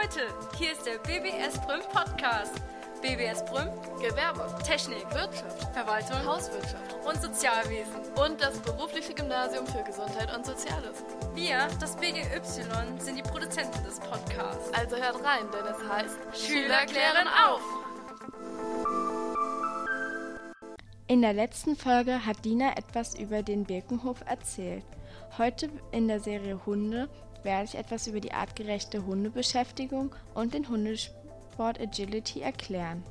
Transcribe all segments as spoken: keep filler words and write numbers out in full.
Leute, hier ist der B B S Brüm Podcast. B B S Brüm, Gewerbe, Technik, Wirtschaft, Verwaltung, Hauswirtschaft und Sozialwesen. und das berufliche Gymnasium für Gesundheit und Soziales. Wir, das B G Y, sind die Produzenten des Podcasts. Also hört rein, denn es heißt Schüler klären auf! In der letzten Folge hat Dina etwas über den Birkenhof erzählt. Heute in der Serie Hunde werde ich etwas über die artgerechte Hundebeschäftigung und den Hundesport Agility erklären.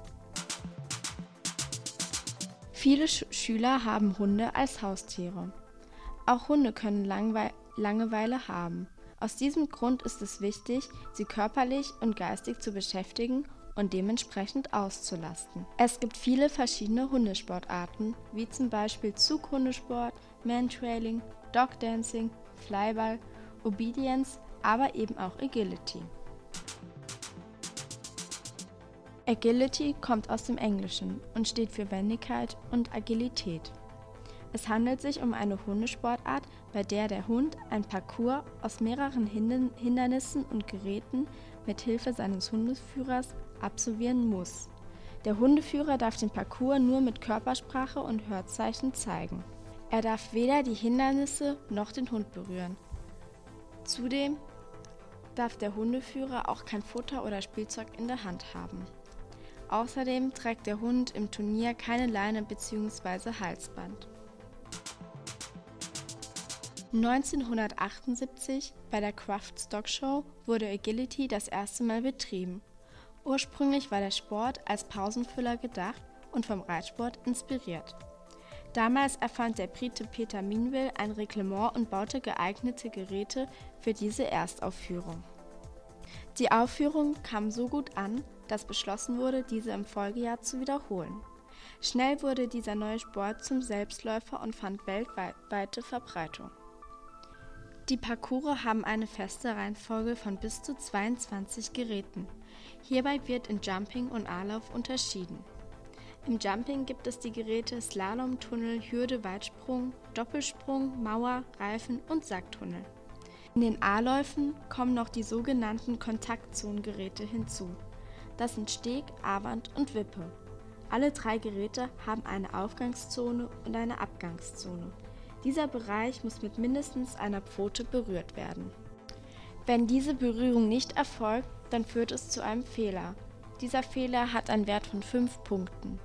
Viele Sch- Schüler haben Hunde als Haustiere. Auch Hunde können Langwe- Langeweile haben. Aus diesem Grund ist es wichtig, sie körperlich und geistig zu beschäftigen und dementsprechend auszulasten. Es gibt viele verschiedene Hundesportarten, wie zum Beispiel Zughundesport, Mantrailing, Dogdancing, Flyball, Obedience, aber eben auch Agility. Agility kommt aus dem Englischen und steht für Wendigkeit und Agilität. Es handelt sich um eine Hundesportart, bei der der Hund ein Parcours aus mehreren Hinder- Hindernissen und Geräten mit Hilfe seines Hundeführers absolvieren muss. Der Hundeführer darf den Parcours nur mit Körpersprache und Hörzeichen zeigen. Er darf weder die Hindernisse noch den Hund berühren. Zudem darf der Hundeführer auch kein Futter oder Spielzeug in der Hand haben. Außerdem trägt der Hund im Turnier keine Leine bzw. Halsband. neunzehnhundertachtundsiebzig bei der Craft Stock Show wurde Agility das erste Mal betrieben. Ursprünglich war der Sport als Pausenfüller gedacht und vom Reitsport inspiriert. Damals erfand der Brite Peter Minville ein Reglement und baute geeignete Geräte für diese Erstaufführung. Die Aufführung kam so gut an, dass beschlossen wurde, diese im Folgejahr zu wiederholen. Schnell wurde dieser neue Sport zum Selbstläufer und fand weltweite Verbreitung. Die Parcours haben eine feste Reihenfolge von bis zu zweiundzwanzig Geräten. Hierbei wird in Jumping und A-Lauf unterschieden. Im Jumping gibt es die Geräte Slalom, Tunnel, Hürde, Weitsprung, Doppelsprung, Mauer, Reifen und Sacktunnel. In den A-Läufen kommen noch die sogenannten Kontaktzonengeräte hinzu. Das sind Steg, A-Wand und Wippe. Alle drei Geräte haben eine Aufgangszone und eine Abgangszone. Dieser Bereich muss mit mindestens einer Pfote berührt werden. Wenn diese Berührung nicht erfolgt, dann führt es zu einem Fehler. Dieser Fehler hat einen Wert von fünf Punkten.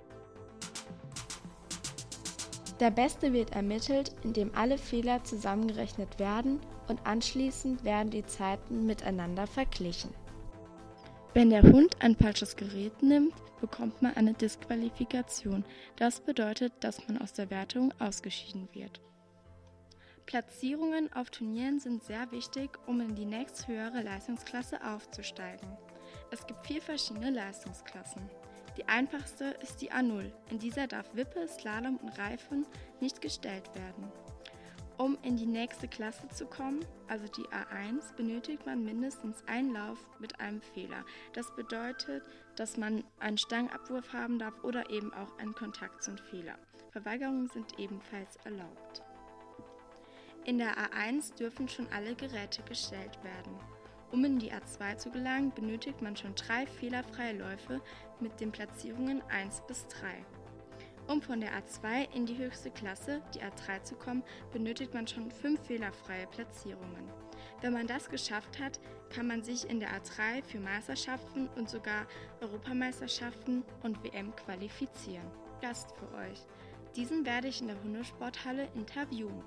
Der Beste wird ermittelt, indem alle Fehler zusammengerechnet werden und anschließend werden die Zeiten miteinander verglichen. Wenn der Hund ein falsches Gerät nimmt, bekommt man eine Disqualifikation. Das bedeutet, dass man aus der Wertung ausgeschieden wird. Platzierungen auf Turnieren sind sehr wichtig, um in die nächsthöhere Leistungsklasse aufzusteigen. Es gibt vier verschiedene Leistungsklassen. Die einfachste ist die A null. In dieser darf Wippe, Slalom und Reifen nicht gestellt werden. Um in die nächste Klasse zu kommen, also die A eins, benötigt man mindestens einen Lauf mit einem Fehler. Das bedeutet, dass man einen Stangenabwurf haben darf oder eben auch einen Kontaktzonenfehler. Verweigerungen sind ebenfalls erlaubt. In der A eins dürfen schon alle Geräte gestellt werden. Um in die A zwei zu gelangen, benötigt man schon drei fehlerfreie Läufe mit den Platzierungen eins bis drei. Um von der A zwei in die höchste Klasse, die A drei, zu kommen, benötigt man schon fünf fehlerfreie Platzierungen. Wenn man das geschafft hat, kann man sich in der A drei für Meisterschaften und sogar Europameisterschaften und W M qualifizieren. Gast für euch. Diesen werde ich in der Hundesporthalle interviewen.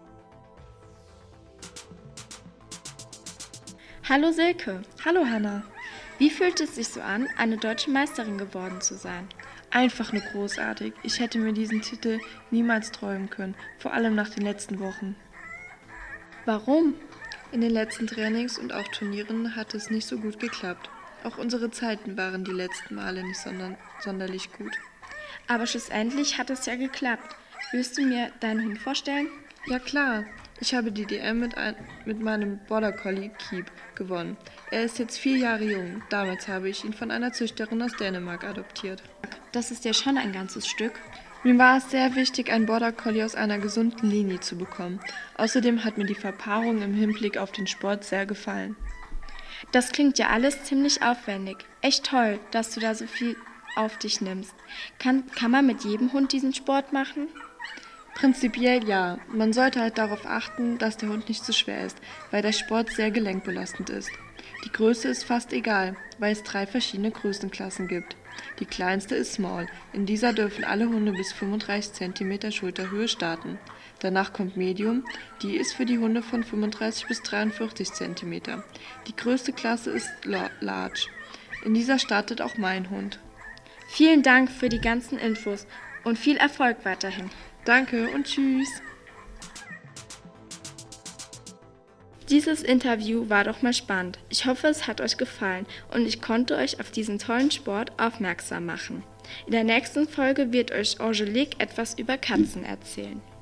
Hallo Silke. Hallo Hanna. Wie fühlt es sich so an, eine deutsche Meisterin geworden zu sein? Einfach nur großartig. Ich hätte mir diesen Titel niemals träumen können, vor allem nach den letzten Wochen. Warum? In den letzten Trainings und auch Turnieren hat es nicht so gut geklappt. Auch unsere Zeiten waren die letzten Male nicht sonder- sonderlich gut. Aber schlussendlich hat es ja geklappt. Willst du mir deinen Hund vorstellen? Ja klar, ich habe die D M mit, ein, mit meinem Border Collie Keep gewonnen. Er ist jetzt vier Jahre jung. Damals habe ich ihn von einer Züchterin aus Dänemark adoptiert. Das ist ja schon ein ganzes Stück. Mir war es sehr wichtig, einen Border Collie aus einer gesunden Linie zu bekommen. Außerdem hat mir die Verpaarung im Hinblick auf den Sport sehr gefallen. Das klingt ja alles ziemlich aufwendig. Echt toll, dass du da so viel auf dich nimmst. Kann, kann man mit jedem Hund diesen Sport machen? Prinzipiell ja. Man sollte halt darauf achten, dass der Hund nicht zu schwer ist, weil der Sport sehr gelenkbelastend ist. Die Größe ist fast egal, weil es drei verschiedene Größenklassen gibt. Die kleinste ist Small. In dieser dürfen alle Hunde bis fünfunddreißig Zentimeter Schulterhöhe starten. Danach kommt Medium, die ist für die Hunde von fünfunddreißig bis dreiundvierzig Zentimeter. Die größte Klasse ist Large. In dieser startet auch mein Hund. Vielen Dank für die ganzen Infos und viel Erfolg weiterhin. Danke und tschüss. Dieses Interview war doch mal spannend. Ich hoffe, es hat euch gefallen und ich konnte euch auf diesen tollen Sport aufmerksam machen. In der nächsten Folge wird euch Angelique etwas über Katzen erzählen.